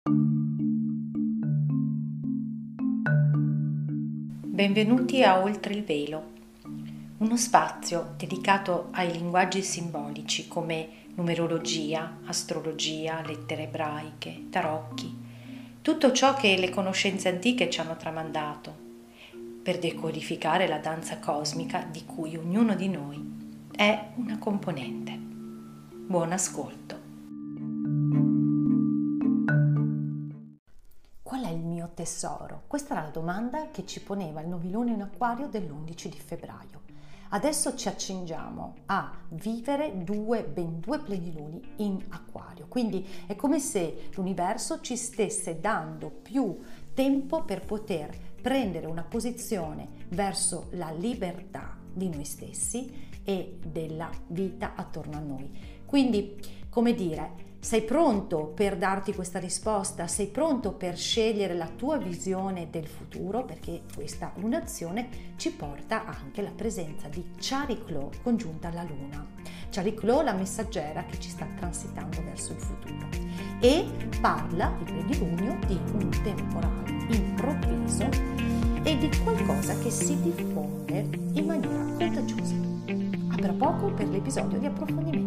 Benvenuti a Oltre il Velo, uno spazio dedicato ai linguaggi simbolici come numerologia, astrologia, lettere ebraiche, tarocchi, tutto ciò che le conoscenze antiche ci hanno tramandato, per decodificare la danza cosmica di cui ognuno di noi è una componente. Buon ascolto. Qual è il mio tesoro? Questa era la domanda che ci poneva il novilunio in Acquario dell'11 di febbraio. Adesso ci accingiamo a vivere ben due pleniluni in Acquario, quindi è come se l'universo ci stesse dando più tempo per poter prendere una posizione verso la libertà di noi stessi e della vita attorno a noi. Quindi, come dire, sei pronto per darti questa risposta? Sei pronto per scegliere la tua visione del futuro? Perché questa lunazione ci porta anche alla presenza di Chariklo congiunta alla Luna. Chariklo, la messaggera che ci sta transitando verso il futuro. E parla, il plenilunio, di un temporale improvviso e di qualcosa che si diffonde in maniera contagiosa. A tra poco per l'episodio di approfondimento.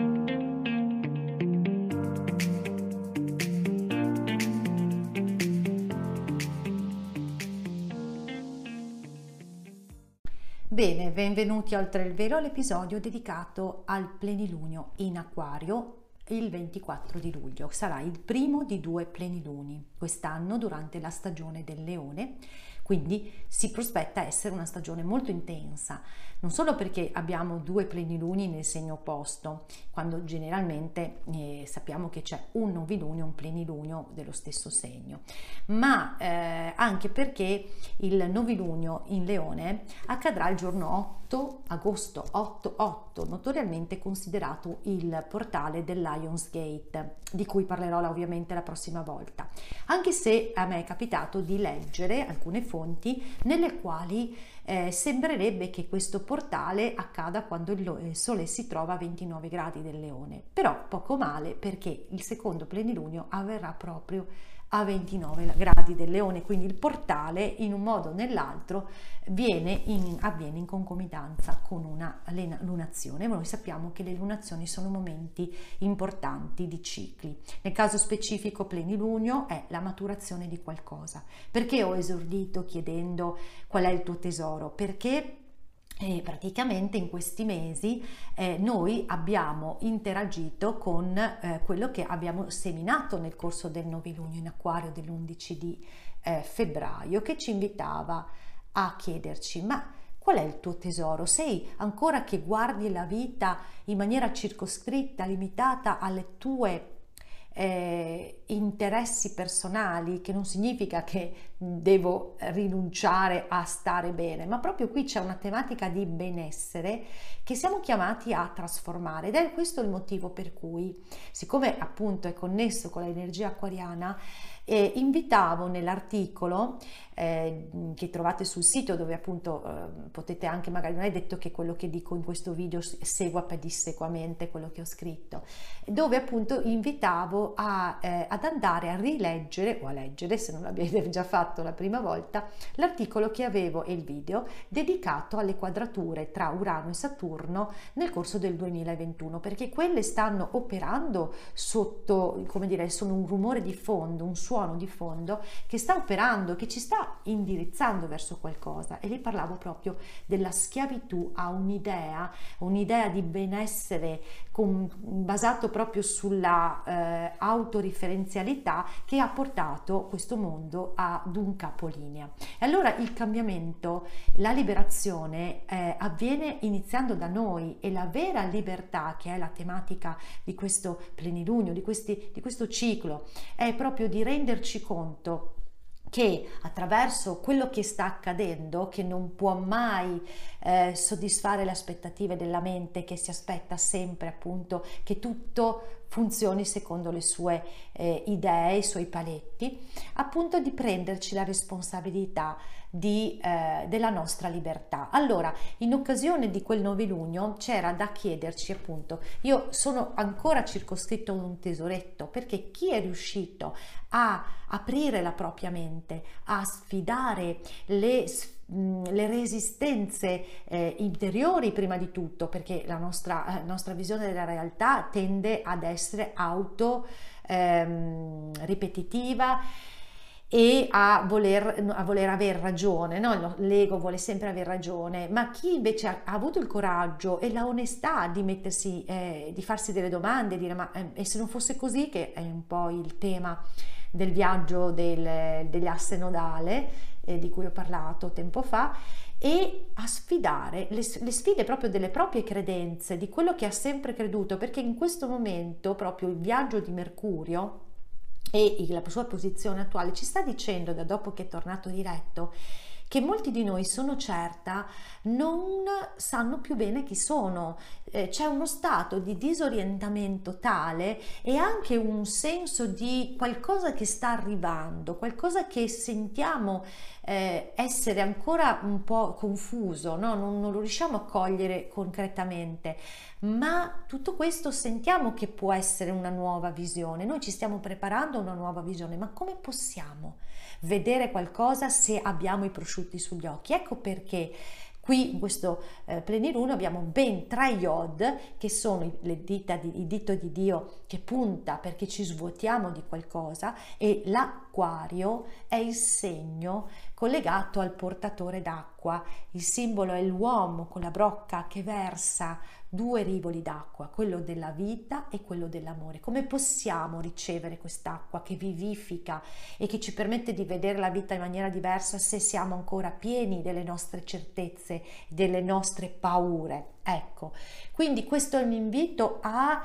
Bene, benvenuti oltre il velo all'episodio dedicato al plenilunio in Acquario il 24 di luglio. Sarà il primo di due pleniluni quest'anno durante la stagione del Leone, quindi si prospetta essere una stagione molto intensa, non solo perché abbiamo due pleniluni nel segno opposto, quando generalmente sappiamo che c'è un novilunio e un plenilunio dello stesso segno, ma anche perché il novilunio in Leone accadrà il giorno 8 agosto, 8-8, notoriamente considerato il portale del Lionsgate, di cui parlerò ovviamente la prossima volta, anche se a me è capitato di leggere alcune fonti nelle quali sembrerebbe che questo portale accada quando il Sole si trova a 29 gradi del Leone, però poco male perché il secondo plenilunio avverrà proprio a 29 gradi del Leone, quindi il portale in un modo o nell'altro avviene in concomitanza con una lunazione. Noi sappiamo che le lunazioni sono momenti importanti di cicli. Nel caso specifico plenilunio è la maturazione di qualcosa. Perché ho esordito chiedendo qual è il tuo tesoro? Perché praticamente in questi mesi noi abbiamo interagito con quello che abbiamo seminato nel corso del novilunio in Acquario dell'11 di febbraio, che ci invitava a chiederci: ma qual è il tuo tesoro? Sei ancora che guardi la vita in maniera circoscritta, limitata alle tue interessi personali, che non significa che devo rinunciare a stare bene, ma proprio qui c'è una tematica di benessere che siamo chiamati a trasformare, ed è questo il motivo per cui, siccome appunto è connesso con l'energia acquariana, invitavo nell'articolo che trovate sul sito, dove appunto potete anche, magari non è detto che quello che dico in questo video segua pedissequamente quello che ho scritto, dove appunto invitavo ad andare a rileggere o a leggere, se non l'abbiate già fatto la prima volta, l'articolo che avevo e il video dedicato alle quadrature tra Urano e Saturno nel corso del 2021, perché quelle stanno operando sotto, come dire, sono un rumore di fondo, un suono di fondo che sta operando, che ci sta indirizzando verso qualcosa. E lì parlavo proprio della schiavitù a un'idea di benessere basato proprio sulla autoriferenzialità, che ha portato questo mondo ad un capolinea. E allora il cambiamento, la liberazione avviene iniziando da noi, e la vera libertà, che è la tematica di questo plenilunio, di questo ciclo, è proprio di renderci conto che attraverso quello che sta accadendo, che non può mai soddisfare le aspettative della mente, che si aspetta sempre appunto che tutto funzioni secondo le sue idee, i suoi paletti, appunto di prenderci la responsabilità della nostra libertà. Allora, in occasione di quel novilunio c'era da chiederci, appunto, io sono ancora circoscritto ad un tesoretto, perché chi è riuscito a aprire la propria mente, a sfidare le resistenze interiori prima di tutto, perché la nostra visione della realtà tende ad essere ripetitiva e a voler aver ragione, no? L'ego vuole sempre aver ragione, ma chi invece ha avuto il coraggio e la onestà di mettersi, di farsi delle domande, dire ma e se non fosse così, che è un po' il tema del viaggio degli asse nodale, di cui ho parlato tempo fa, e a sfidare le sfide proprio delle proprie credenze, di quello che ha sempre creduto, perché in questo momento proprio il viaggio di Mercurio e la sua posizione attuale ci sta dicendo, da dopo che è tornato diretto, che molti di noi, sono certa, non sanno più bene chi sono. C'è uno stato di disorientamento tale e anche un senso di qualcosa che sta arrivando, qualcosa che sentiamo essere ancora un po' confuso, no? Non lo riusciamo a cogliere concretamente, ma tutto questo sentiamo che può essere una nuova visione. Noi ci stiamo preparando a una nuova visione, ma come possiamo vedere qualcosa se abbiamo i prosciutti sugli occhi? Ecco perché qui in questo plenilunio abbiamo ben 3 Yod, che sono il dito di Dio che punta perché ci svuotiamo di qualcosa, e l'Acquario è il segno collegato al portatore d'acqua. Il simbolo è l'uomo con la brocca che versa 2 rivoli d'acqua, quello della vita e quello dell'amore. Come possiamo ricevere quest'acqua che vivifica e che ci permette di vedere la vita in maniera diversa se siamo ancora pieni delle nostre certezze, delle nostre paure? Ecco, quindi questo è un invito a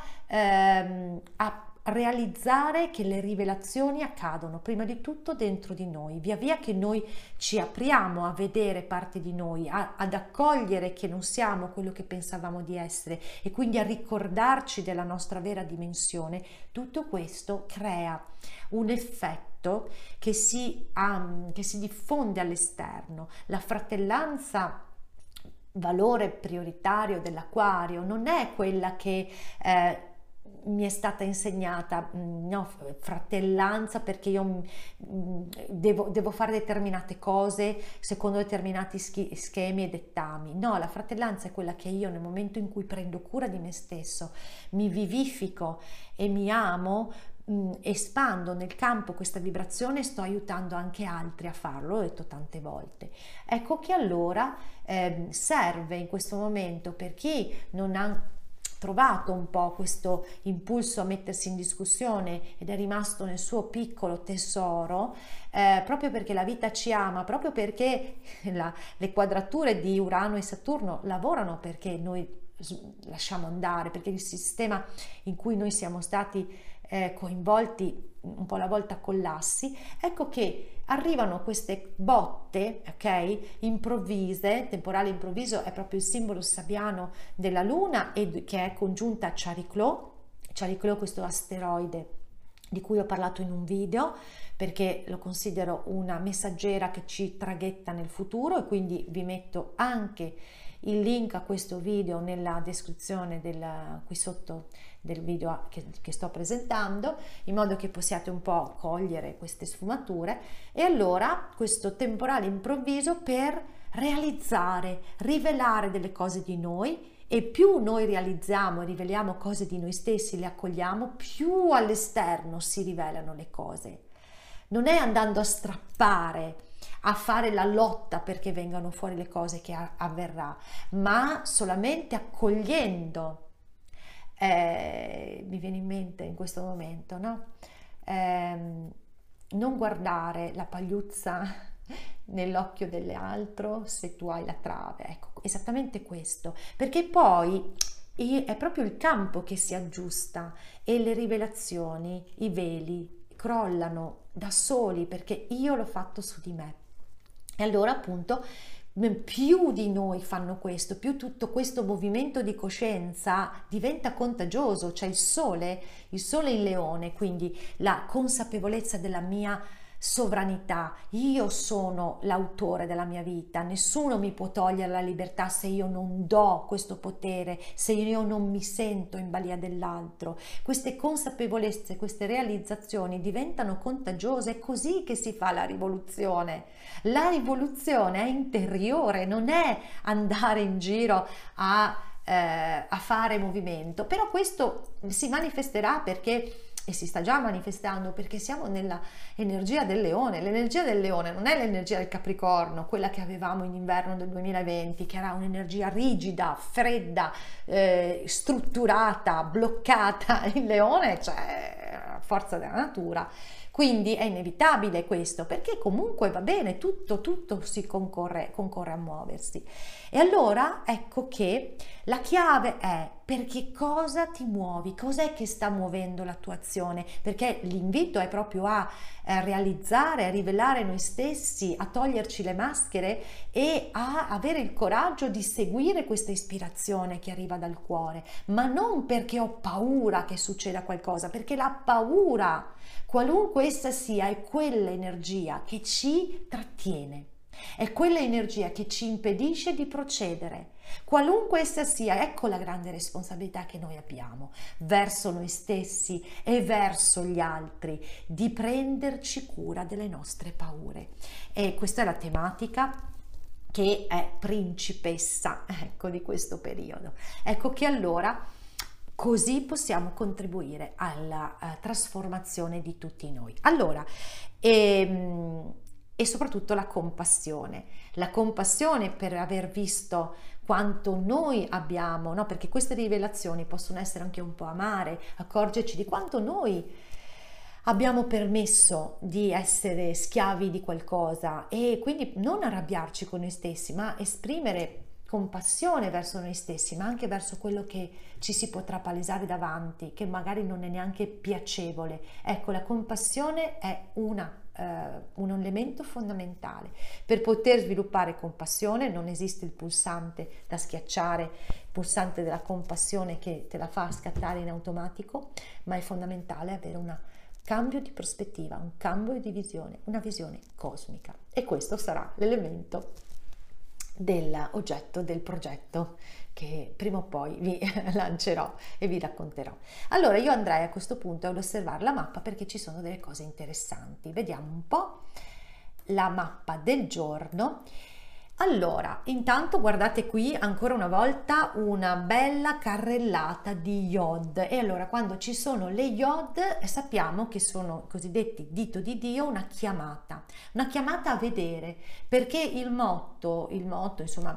realizzare che le rivelazioni accadono prima di tutto dentro di noi, via via che noi ci apriamo a vedere parte di noi, ad accogliere che non siamo quello che pensavamo di essere e quindi a ricordarci della nostra vera dimensione. Tutto questo crea un effetto che si diffonde all'esterno. La fratellanza, valore prioritario dell'Acquario, non è quella che mi è stata insegnata, no, fratellanza perché io devo fare determinate cose secondo determinati schemi e dettami. No, la fratellanza è quella che io, nel momento in cui prendo cura di me stesso, mi vivifico e mi amo, espando nel campo questa vibrazione, sto aiutando anche altri a farlo, l'ho detto tante volte. Ecco che allora serve in questo momento, per chi non ha trovato un po' questo impulso a mettersi in discussione ed è rimasto nel suo piccolo tesoro, proprio perché la vita ci ama, proprio perché le quadrature di Urano e Saturno lavorano perché noi lasciamo andare, perché il sistema in cui noi siamo stati coinvolti un po' alla volta collassi. Ecco che arrivano queste botte, ok, improvvise. Temporale improvviso è proprio il simbolo sabbiano della luna, e che è congiunta a Chariclo, questo asteroide di cui ho parlato in un video, perché lo considero una messaggera che ci traghetta nel futuro, e quindi vi metto anche il link a questo video nella descrizione qui sotto del video che sto presentando, in modo che possiate un po' cogliere queste sfumature. E allora questo temporale improvviso per rivelare delle cose di noi, e più noi realizziamo e riveliamo cose di noi stessi, le accogliamo, più all'esterno si rivelano le cose. Non è andando a strappare, a fare la lotta perché vengano fuori le cose che avverrà, ma solamente accogliendo. Mi viene in mente in questo momento, no? Non guardare la pagliuzza nell'occhio dell'altro se tu hai la trave, ecco, esattamente questo, perché poi è proprio il campo che si aggiusta e le rivelazioni, i veli crollano da soli, perché io l'ho fatto su di me. E allora appunto più di noi fanno questo, più tutto questo movimento di coscienza diventa contagioso. C'è il sole in Leone, quindi la consapevolezza della mia sovranità. Io sono l'autore della mia vita, nessuno mi può togliere la libertà se io non do questo potere, se io non mi sento in balia dell'altro. Queste consapevolezze, queste realizzazioni diventano contagiose, è così che si fa la rivoluzione. La rivoluzione è interiore, non è andare in giro a fare movimento, però questo si manifesterà perché, e si sta già manifestando, perché siamo nella energia del leone. L'energia del leone non è l'energia del Capricorno, quella che avevamo in inverno del 2020, che era un'energia rigida, fredda, strutturata, bloccata. Il leone, cioè forza della natura. Quindi è inevitabile questo, perché comunque va bene, tutto si concorre a muoversi. E allora ecco che la chiave è: perché cosa ti muovi, cos'è che sta muovendo la tua azione, perché l'invito è proprio a realizzare, a rivelare noi stessi, a toglierci le maschere e a avere il coraggio di seguire questa ispirazione che arriva dal cuore, ma non perché ho paura che succeda qualcosa, perché la paura, qualunque essa sia, è quell'energia che ci trattiene. È quella energia che ci impedisce di procedere, qualunque essa sia. Ecco la grande responsabilità che noi abbiamo verso noi stessi e verso gli altri, di prenderci cura delle nostre paure. E questa è la tematica che è principessa, ecco, di questo periodo. Ecco che allora così possiamo contribuire alla trasformazione di tutti noi. Allora, e soprattutto la compassione per aver visto quanto noi abbiamo, no? Perché queste rivelazioni possono essere anche un po' amare, accorgerci di quanto noi abbiamo permesso di essere schiavi di qualcosa, e quindi non arrabbiarci con noi stessi, ma esprimere compassione verso noi stessi, ma anche verso quello che ci si potrà palesare davanti, che magari non è neanche piacevole. Ecco, la compassione è un elemento fondamentale. Per poter sviluppare compassione non esiste il pulsante da schiacciare, il pulsante della compassione che te la fa scattare in automatico, ma è fondamentale avere un cambio di prospettiva, un cambio di visione, una visione cosmica, e questo sarà l'elemento dell'oggetto del progetto che prima o poi vi lancerò e vi racconterò. Allora io andrei a questo punto ad osservare la mappa, perché ci sono delle cose interessanti. Vediamo un po' la mappa del giorno. Allora, intanto guardate qui ancora una volta una bella carrellata di Yod, e allora quando ci sono le Yod sappiamo che sono cosiddetti dito di Dio, una chiamata a vedere, perché il motto, insomma,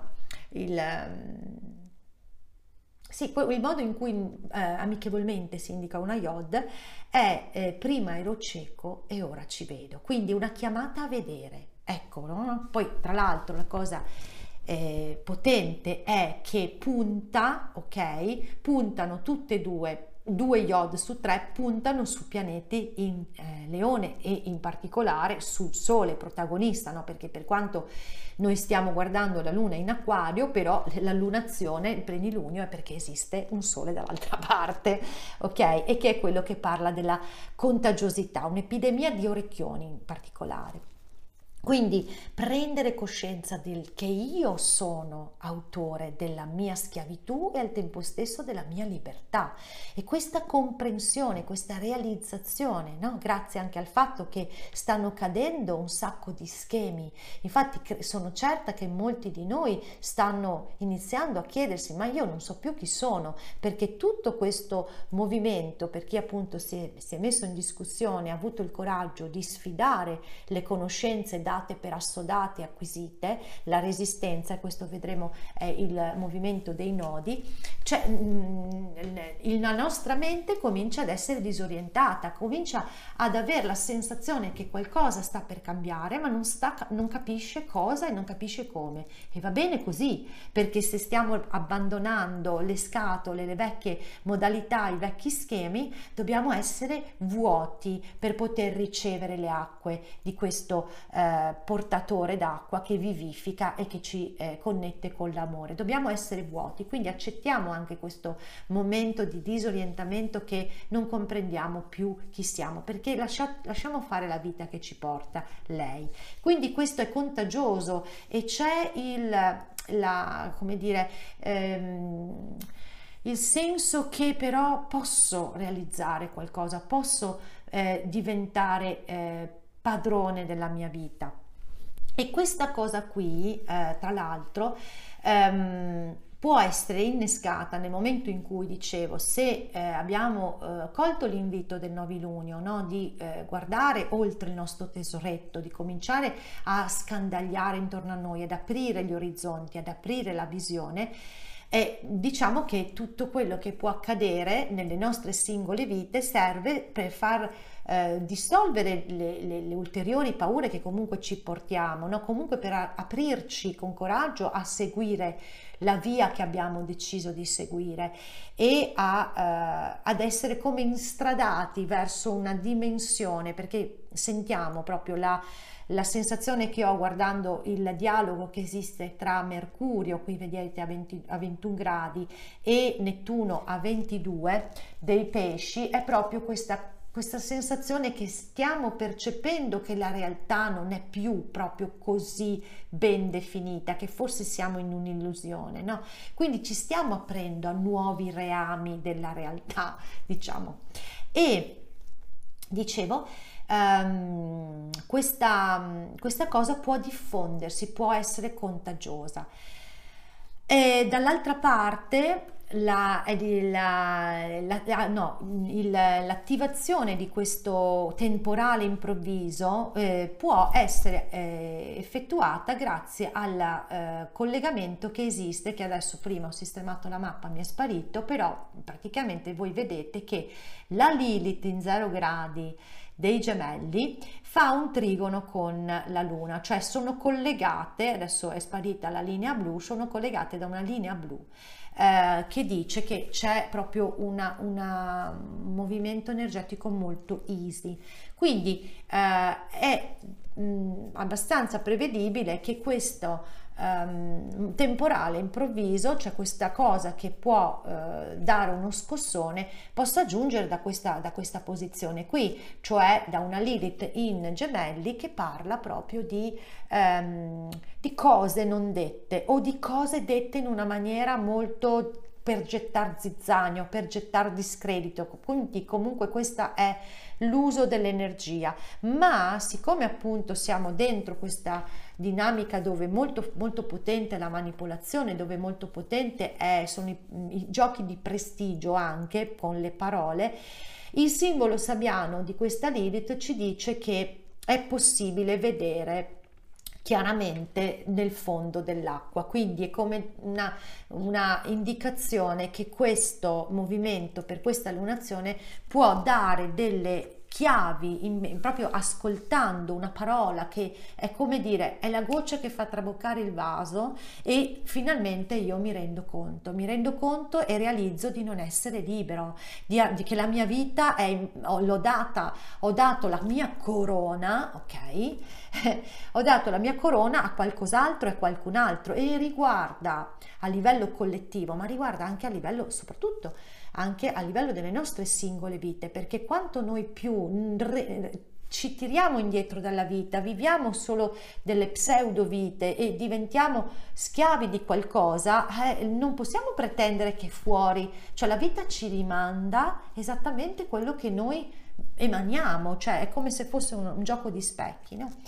sì, il modo in cui amichevolmente si indica una Yod è prima ero cieco e ora ci vedo, quindi una chiamata a vedere. Ecco, no? Poi tra l'altro la cosa potente è che punta, ok? Puntano tutte e due Yod su 3 puntano su pianeti in Leone, e in particolare sul Sole protagonista, no? Perché per quanto noi stiamo guardando la Luna in Acquario, però la lunazione, il plenilunio, è perché esiste un Sole dall'altra parte, ok? E che è quello che parla della contagiosità, un'epidemia di orecchioni in particolare. Quindi prendere coscienza che io sono autore della mia schiavitù e al tempo stesso della mia libertà, e questa comprensione, questa realizzazione, no? Grazie anche al fatto che stanno cadendo un sacco di schemi. Infatti sono certa che molti di noi stanno iniziando a chiedersi: ma io non so più chi sono, perché tutto questo movimento, per chi appunto si è messo in discussione, ha avuto il coraggio di sfidare le conoscenze date per assodate, acquisite, la resistenza, e questo vedremo è il movimento dei nodi, cioè la nostra mente comincia ad essere disorientata, comincia ad avere la sensazione che qualcosa sta per cambiare, ma non capisce cosa e non capisce come, e va bene così, perché se stiamo abbandonando le scatole, le vecchie modalità, i vecchi schemi, dobbiamo essere vuoti per poter ricevere le acque di questo portatore d'acqua che vivifica e che ci connette con l'amore. Dobbiamo essere vuoti, quindi accettiamo anche questo momento di disorientamento che non comprendiamo più chi siamo, perché lasciamo fare la vita che ci porta lei. Quindi questo è contagioso e c'è come dire, il senso che però posso realizzare qualcosa, posso diventare padrone della mia vita. E questa cosa qui, tra l'altro, può essere innescata nel momento in cui, dicevo, se abbiamo colto l'invito del novilunio, no? Di guardare oltre il nostro tesoretto, di cominciare a scandagliare intorno a noi, ad aprire gli orizzonti, ad aprire la visione. E diciamo che tutto quello che può accadere nelle nostre singole vite serve per far dissolvere le ulteriori paure che comunque ci portiamo, no? Comunque per aprirci con coraggio a seguire la via che abbiamo deciso di seguire e ad essere come instradati verso una dimensione, perché sentiamo proprio la sensazione che ho guardando il dialogo che esiste tra Mercurio, qui vedete a 21 gradi, e Nettuno a 22 dei pesci, è proprio questa sensazione che stiamo percependo che la realtà non è più proprio così ben definita, che forse siamo in un'illusione, no? Quindi ci stiamo aprendo a nuovi reami della realtà, diciamo. E dicevo, questa cosa può diffondersi, può essere contagiosa. E dall'altra parte l'attivazione di questo temporale improvviso può essere effettuata grazie al collegamento che esiste, che adesso prima ho sistemato la mappa, mi è sparito, però praticamente voi vedete che la Lilith in 0 gradi dei Gemelli fa un trigono con la Luna, cioè sono collegate, adesso è sparita la linea blu, sono collegate da una linea blu che dice che c'è proprio un movimento energetico molto easy, quindi è abbastanza prevedibile che questo temporale improvviso, cioè questa cosa che può dare uno scossone, possa giungere da questa posizione qui, cioè da una Lilith in Gemelli che parla proprio di cose non dette o di cose dette in una maniera molto per gettare zizzanio, per gettare discredito. Quindi comunque questa è l'uso dell'energia, ma siccome appunto siamo dentro questa dinamica dove molto molto potente è la manipolazione, dove molto potente sono i giochi di prestigio anche con le parole, il simbolo sabbiano di questa Lilith ci dice che è possibile vedere chiaramente nel fondo dell'acqua, quindi è come una indicazione che questo movimento per questa lunazione può dare delle chiavi, proprio ascoltando una parola che è come dire è la goccia che fa traboccare il vaso, e finalmente io mi rendo conto e realizzo di non essere libero, di che la mia vita ho dato la mia corona, ok? Ho dato la mia corona a qualcos'altro e a qualcun altro, e riguarda a livello collettivo, ma riguarda anche a livello, soprattutto anche a livello delle nostre singole vite, perché quanto noi più ci tiriamo indietro dalla vita, viviamo solo delle pseudo vite e diventiamo schiavi di qualcosa, non possiamo pretendere che fuori, cioè la vita ci rimanda esattamente quello che noi emaniamo, cioè è come se fosse un gioco di specchi, no?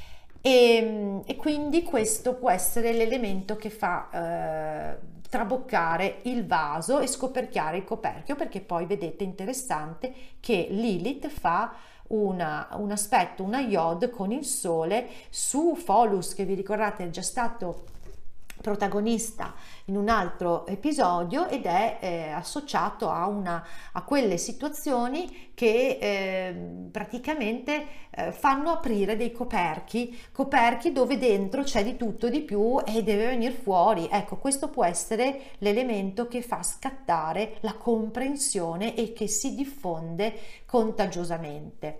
E quindi questo può essere l'elemento che fa traboccare il vaso e scoperchiare il coperchio, perché poi vedete interessante che Lilith fa un aspetto, una iod con il sole su Pholus, che vi ricordate è già stato protagonista in un altro episodio ed è associato a quelle situazioni che praticamente fanno aprire dei coperchi dove dentro c'è di tutto e di più e deve venire fuori. Ecco, questo può essere l'elemento che fa scattare la comprensione e che si diffonde contagiosamente.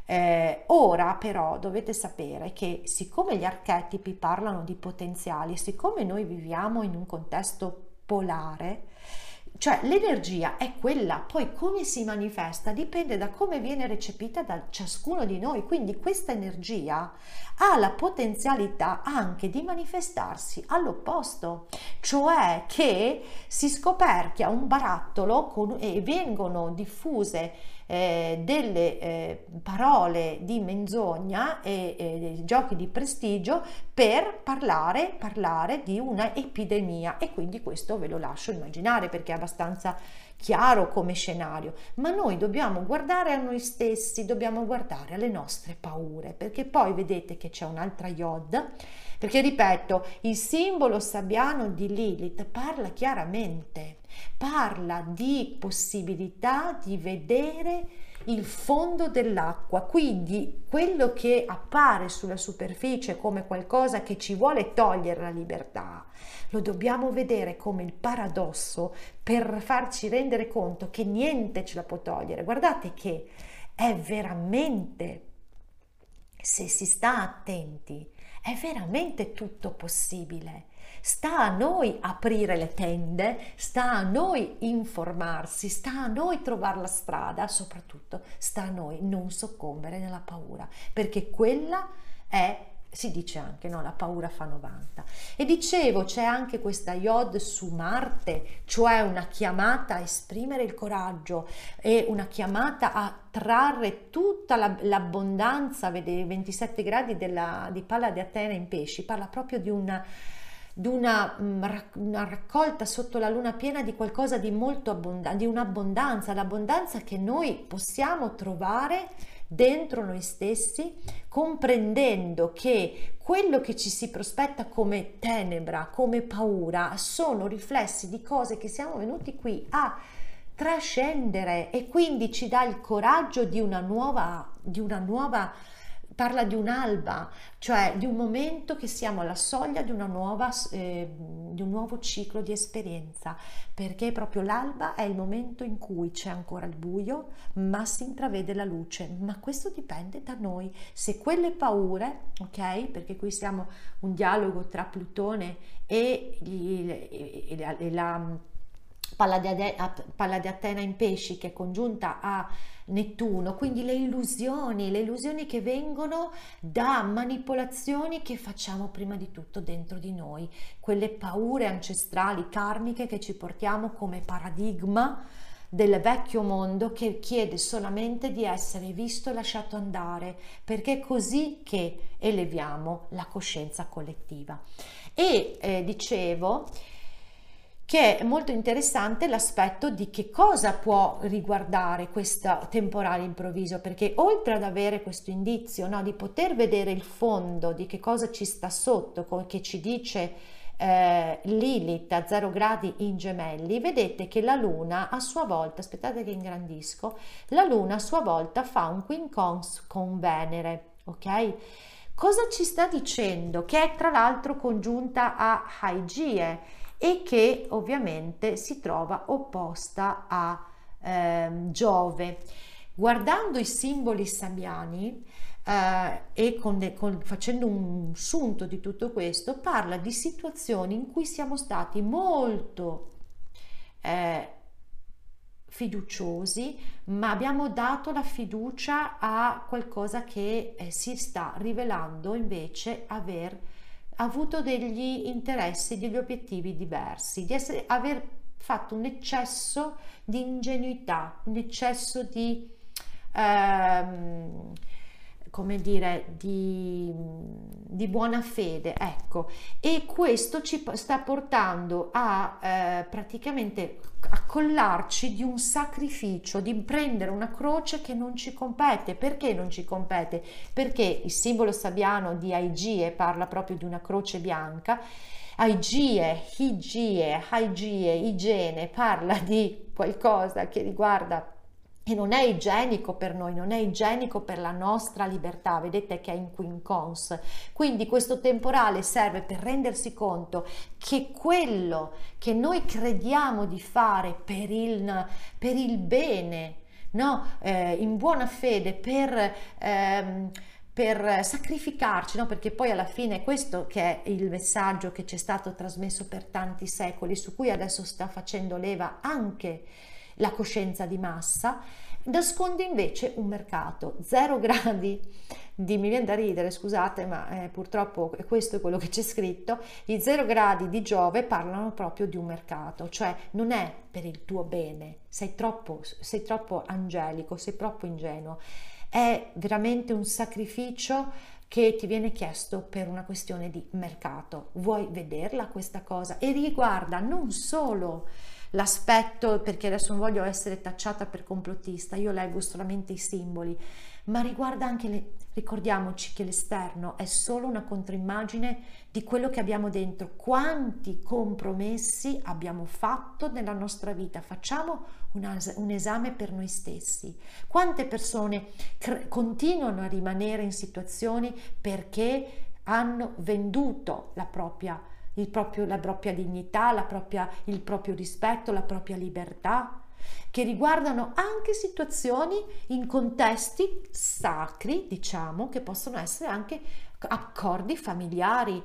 Ora però dovete sapere che siccome gli archetipi parlano di potenziali, siccome noi viviamo in un contesto polare, cioè l'energia è quella, poi come si manifesta dipende da come viene recepita da ciascuno di noi, quindi questa energia ha la potenzialità anche di manifestarsi all'opposto, cioè che si scoperchia un barattolo e vengono diffuse delle parole di menzogna e giochi di prestigio per parlare di una epidemia, e quindi questo ve lo lascio immaginare perché è abbastanza chiaro come scenario, ma noi dobbiamo guardare a noi stessi, dobbiamo guardare alle nostre paure, perché poi vedete che c'è un'altra Yod, perché ripeto, il simbolo sabbiano di Lilith parla chiaramente, parla di possibilità di vedere il fondo dell'acqua, quindi quello che appare sulla superficie come qualcosa che ci vuole togliere la libertà, lo dobbiamo vedere come il paradosso per farci rendere conto che niente ce la può togliere. Guardate che è veramente, se si sta attenti, è veramente tutto possibile. Sta a noi aprire le tende, sta a noi informarsi, sta a noi trovare la strada, soprattutto sta a noi non soccombere nella paura, perché quella è, si dice anche, no, la paura fa 90. E dicevo, c'è anche questa Yod su Marte, cioè una chiamata a esprimere il coraggio e una chiamata a trarre tutta l'abbondanza, vede 27 gradi di Palla di Atena in Pesci, parla proprio di una raccolta sotto la luna piena di qualcosa di molto abbondante, di un'abbondanza, l'abbondanza che noi possiamo trovare dentro noi stessi, comprendendo che quello che ci si prospetta come tenebra, come paura, sono riflessi di cose che siamo venuti qui a trascendere, e quindi ci dà il coraggio di una nuova parla di un'alba, cioè di un momento che siamo alla soglia di una di un nuovo ciclo di esperienza, perché proprio l'alba è il momento in cui c'è ancora il buio, ma si intravede la luce. Ma questo dipende da noi. Se quelle paure, ok? Perché qui siamo un dialogo tra Plutone e la Palla di Atena in Pesci, che è congiunta a Nettuno, quindi le illusioni che vengono da manipolazioni che facciamo prima di tutto dentro di noi, quelle paure ancestrali karmiche che ci portiamo come paradigma del vecchio mondo, che chiede solamente di essere visto e lasciato andare, perché è così che eleviamo la coscienza collettiva. E dicevo che è molto interessante l'aspetto di che cosa può riguardare questo temporale improvviso, perché oltre ad avere questo indizio, no, di poter vedere il fondo di che cosa ci sta sotto, che ci dice Lilith a 0 gradi in Gemelli, vedete che la Luna a sua volta, aspettate che ingrandisco, la Luna a sua volta fa un quincunx con Venere, ok? Cosa ci sta dicendo? Che è tra l'altro congiunta a Hygie, e che ovviamente si trova opposta a Giove. Guardando i simboli sabbiani e facendo un sunto di tutto questo, parla di situazioni in cui siamo stati molto fiduciosi, ma abbiamo dato la fiducia a qualcosa che si sta rivelando invece aver avuto degli interessi, degli obiettivi diversi, aver fatto un eccesso di ingenuità, un eccesso di come dire, di buona fede, ecco, e questo ci sta portando a praticamente accollarci di un sacrificio, di prendere una croce che non ci compete. Perché non ci compete? Perché il simbolo sabbiano di Aigie parla proprio di una croce bianca. Aigie, Hygie, igiene, parla di qualcosa che riguarda, e non è igienico per noi, non è igienico per la nostra libertà. Vedete che è in quincunx, quindi questo temporale serve per rendersi conto che quello che noi crediamo di fare per il bene, no? In buona fede per sacrificarci, no? Perché poi alla fine è questo che è il messaggio che ci è stato trasmesso per tanti secoli, su cui adesso sta facendo leva anche la coscienza di massa, nasconde invece un mercato. 0 gradi mi viene da ridere, scusate, ma purtroppo questo è quello che c'è scritto. I 0 gradi di Giove parlano proprio di un mercato, cioè non è per il tuo bene, sei troppo angelico, sei troppo ingenuo, è veramente un sacrificio che ti viene chiesto per una questione di mercato. Vuoi vederla questa cosa? E riguarda non solo l'aspetto, perché adesso non voglio essere tacciata per complottista, io leggo solamente i simboli, ma riguarda anche ricordiamoci che l'esterno è solo una controimmagine di quello che abbiamo dentro. Quanti compromessi abbiamo fatto nella nostra vita? Facciamo un esame per noi stessi. Quante persone continuano a rimanere in situazioni perché hanno venduto la propria dignità, il proprio rispetto, la propria libertà, che riguardano anche situazioni in contesti sacri, diciamo, che possono essere anche accordi familiari.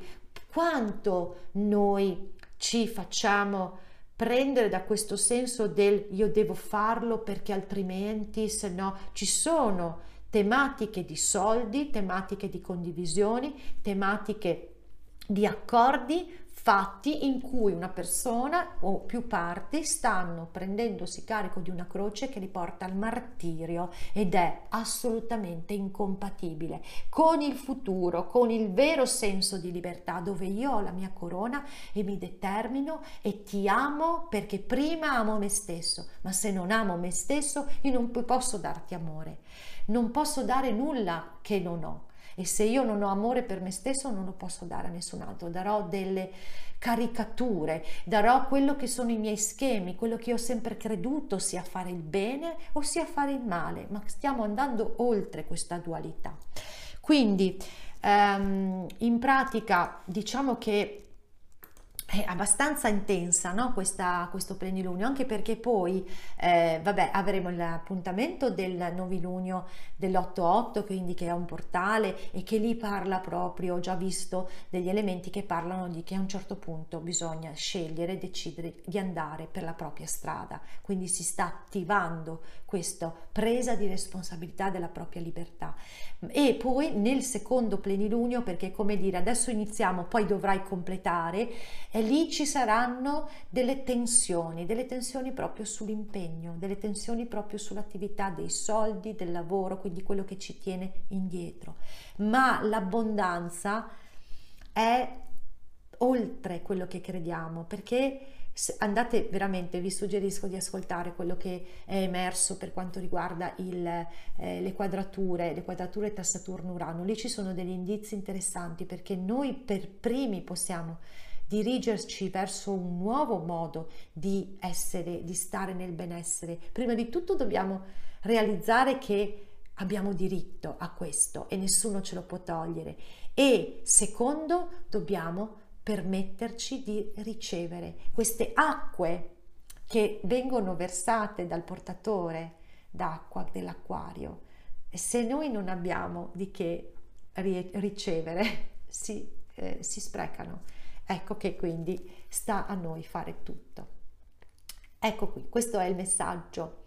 Quanto noi ci facciamo prendere da questo senso del io devo farlo perché altrimenti, se no, ci sono tematiche di soldi, tematiche di condivisioni, tematiche di accordi fatti in cui una persona o più parti stanno prendendosi carico di una croce che li porta al martirio, ed è assolutamente incompatibile con il futuro, con il vero senso di libertà, dove io ho la mia corona e mi determino e ti amo perché prima amo me stesso. Ma se non amo me stesso, io non posso darti amore, non posso dare nulla che non ho. E se io non ho amore per me stesso, non lo posso dare a nessun altro. Darò delle caricature, darò quello che sono i miei schemi, quello che io ho sempre creduto sia fare il bene o sia fare il male, ma stiamo andando oltre questa dualità. Quindi in pratica diciamo che è abbastanza intensa, no? Questo plenilunio, anche perché poi avremo l'appuntamento del novilunio dell'8-8, quindi che è un portale e che lì parla proprio, ho già visto degli elementi che parlano di che a un certo punto bisogna scegliere, decidere di andare per la propria strada, quindi si sta attivando questa presa di responsabilità della propria libertà. E poi nel secondo plenilunio, perché come dire adesso iniziamo, poi dovrai completare, e lì ci saranno delle tensioni proprio sull'impegno, delle tensioni proprio sull'attività dei soldi, del lavoro, quindi quello che ci tiene indietro. Ma l'abbondanza è oltre quello che crediamo, perché andate veramente, vi suggerisco di ascoltare quello che è emerso per quanto riguarda le quadrature tra Saturno-Urano. Lì ci sono degli indizi interessanti, perché noi per primi possiamo dirigerci verso un nuovo modo di essere, di stare nel benessere. Prima di tutto dobbiamo realizzare che abbiamo diritto a questo e nessuno ce lo può togliere, e secondo dobbiamo permetterci di ricevere queste acque che vengono versate dal portatore d'acqua dell'acquario. E se noi non abbiamo di che ricevere, si sprecano. Ecco che quindi sta a noi fare tutto. Ecco qui, questo è il messaggio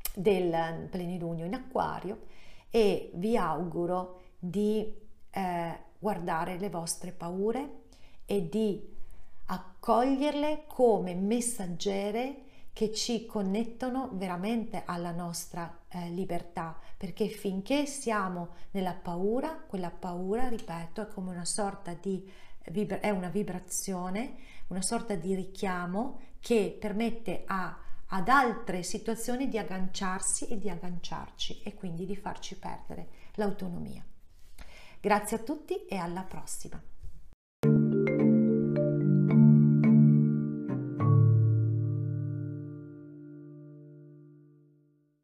del plenilunio in Acquario, e vi auguro di guardare le vostre paure e di accoglierle come messaggere che ci connettono veramente alla nostra libertà, perché finché siamo nella paura, quella paura, ripeto, è come una sorta di è una vibrazione, una sorta di richiamo che permette ad altre situazioni di agganciarsi e di agganciarci, e quindi di farci perdere l'autonomia. Grazie a tutti e alla prossima.